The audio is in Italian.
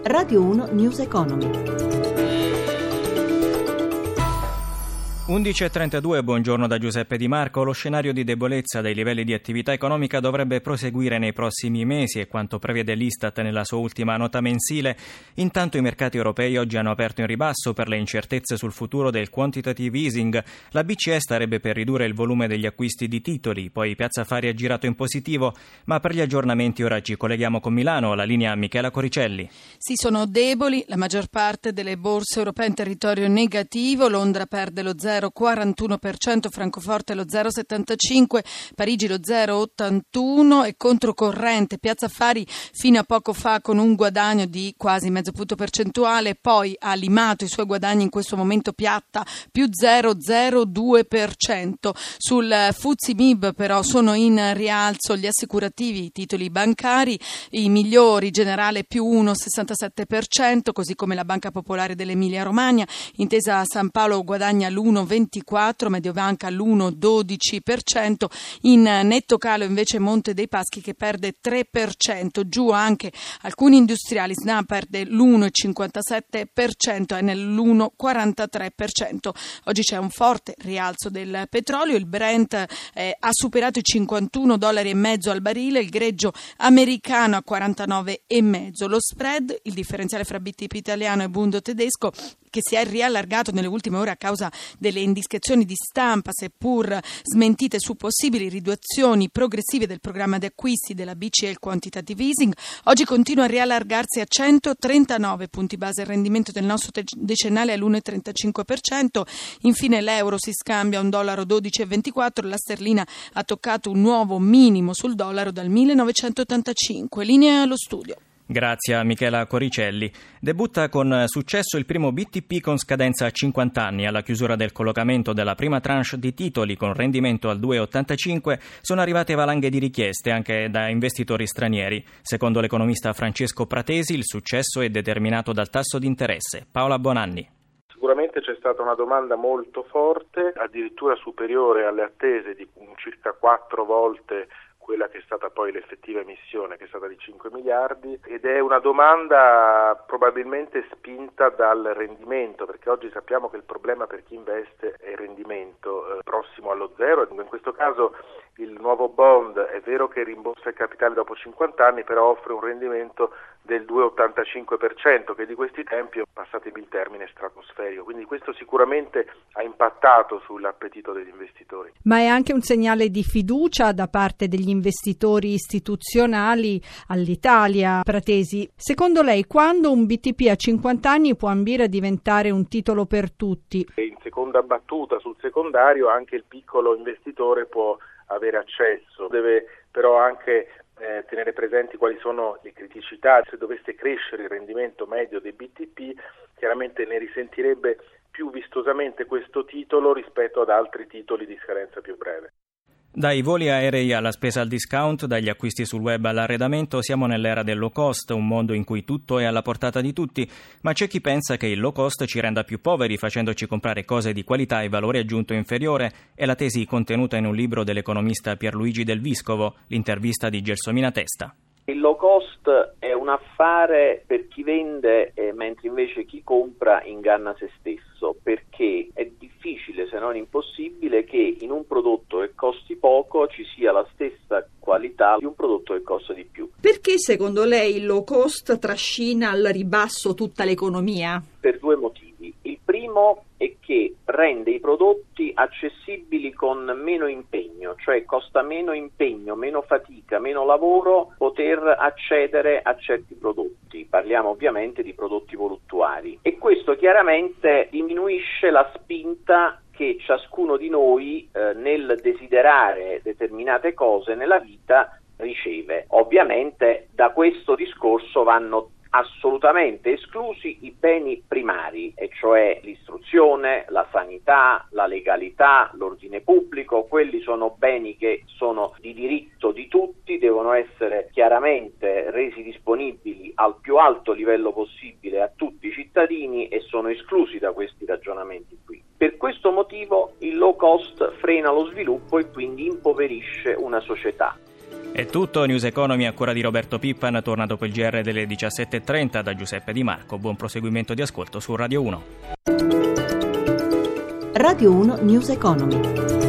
Radio 1 News Economy. 11.32, buongiorno da Giuseppe Di Marco. Lo scenario di debolezza dei livelli di attività economica dovrebbe proseguire nei prossimi mesi, è quanto prevede l'Istat nella sua ultima nota mensile. Intanto i mercati europei oggi hanno aperto in ribasso per le incertezze sul futuro del quantitative easing. La BCE starebbe per ridurre il volume degli acquisti di titoli, poi Piazza Affari ha girato in positivo, ma per gli aggiornamenti ora ci colleghiamo con Milano, la linea Michela Coricelli. Sì, sono deboli la maggior parte delle borse europee in territorio negativo. Londra perde lo 0,41%, Francoforte lo 0,75%, Parigi lo 0,81% e controcorrente Piazza Affari fino a poco fa con un guadagno di quasi mezzo punto percentuale, poi ha limato i suoi guadagni, in questo momento piatta più 0,02%. Sul FTSE MIB però sono in rialzo gli assicurativi, i titoli bancari, i migliori, Generale più 1,67%, così come la Banca Popolare dell'Emilia Romagna, Intesa San Paolo guadagna l'1,24%, Mediobanca l'1,12%, in netto calo invece Monte dei Paschi che perde 3%, giù anche alcuni industriali, Snam perde l'1,57%, Enel l'1,43%. Oggi c'è un forte rialzo del petrolio, il Brent ha superato i $51,5 al barile, il greggio americano a 49,5. Lo spread, il differenziale fra BTP italiano e Bundo tedesco, che si è riallargato nelle ultime ore a causa delle indiscrezioni di stampa, seppur smentite, su possibili riduzioni progressive del programma di acquisti della BCE e il quantitative easing. Oggi continua a riallargarsi a 139 punti base. Il rendimento del nostro decennale è l'1,35%. Infine l'euro si scambia a $1,12,24. La sterlina ha toccato un nuovo minimo sul dollaro dal 1985. Linea allo studio. Grazie a Michela Coricelli. Debutta con successo il primo BTP con scadenza a 50 anni. Alla chiusura del collocamento della prima tranche di titoli con rendimento al 2,85 sono arrivate valanghe di richieste anche da investitori stranieri. Secondo l'economista Francesco Pratesi, il successo è determinato dal tasso di interesse. Paola Bonanni. Sicuramente c'è stata una domanda molto forte, addirittura superiore alle attese di circa 4 volte quella che è stata poi l'effettiva emissione, che è stata di 5 miliardi, ed è una domanda probabilmente spinta dal rendimento, perché oggi sappiamo che il problema per chi investe è il rendimento prossimo allo zero. In questo caso il nuovo bond è vero che rimborsa il capitale dopo 50 anni, però offre un rendimento del 2,85%, che di questi tempi, passatemi il termine, stratosferico. Quindi questo sicuramente ha impattato sull'appetito degli investitori. Ma è anche un segnale di fiducia da parte degli investitori istituzionali all'Italia. Pratesi, secondo lei quando un BTP a 50 anni può ambire a diventare un titolo per tutti? In seconda battuta sul secondario anche il piccolo investitore può avere accesso, deve però anche tenere presenti quali sono le criticità. Se dovesse crescere il rendimento medio dei BTP, chiaramente ne risentirebbe più vistosamente questo titolo rispetto ad altri titoli di scadenza più breve. Dai voli aerei alla spesa al discount, dagli acquisti sul web all'arredamento, siamo nell'era del low cost, un mondo in cui tutto è alla portata di tutti, ma c'è chi pensa che il low cost ci renda più poveri facendoci comprare cose di qualità e valore aggiunto inferiore. È la tesi contenuta in un libro dell'economista Pierluigi Del Vescovo, l'intervista di Gelsomina Testa. Il low cost è un affare per chi vende, mentre invece chi compra inganna se stesso, perché è difficile, se non impossibile, che in un prodotto che costi poco ci sia la stessa qualità di un prodotto che costa di più. Perché secondo lei il low cost trascina al ribasso tutta l'economia? Per 2 motivi. Il primo è che rende i prodotti accessibili con meno impegno, cioè costa meno impegno, meno fatica, meno lavoro poter accedere a certi prodotti. Parliamo ovviamente di prodotti voluttuari e questo chiaramente diminuisce la spinta che ciascuno di noi nel desiderare determinate cose nella vita riceve. Ovviamente da questo discorso vanno assolutamente esclusi i beni primari, e cioè l'istruzione, la sanità, la legalità, l'ordine pubblico. Quelli sono beni che sono di diritto di tutti, devono essere chiaramente resi disponibili al più alto livello possibile a tutti i cittadini e sono esclusi da questi ragionamenti qui. Per questo motivo il low cost frena lo sviluppo e quindi impoverisce una società. È tutto, News Economy a cura di Roberto Pippan, torna dopo il GR delle 17.30 da Giuseppe Di Marco. Buon proseguimento di ascolto su Radio 1. Radio 1 News Economy.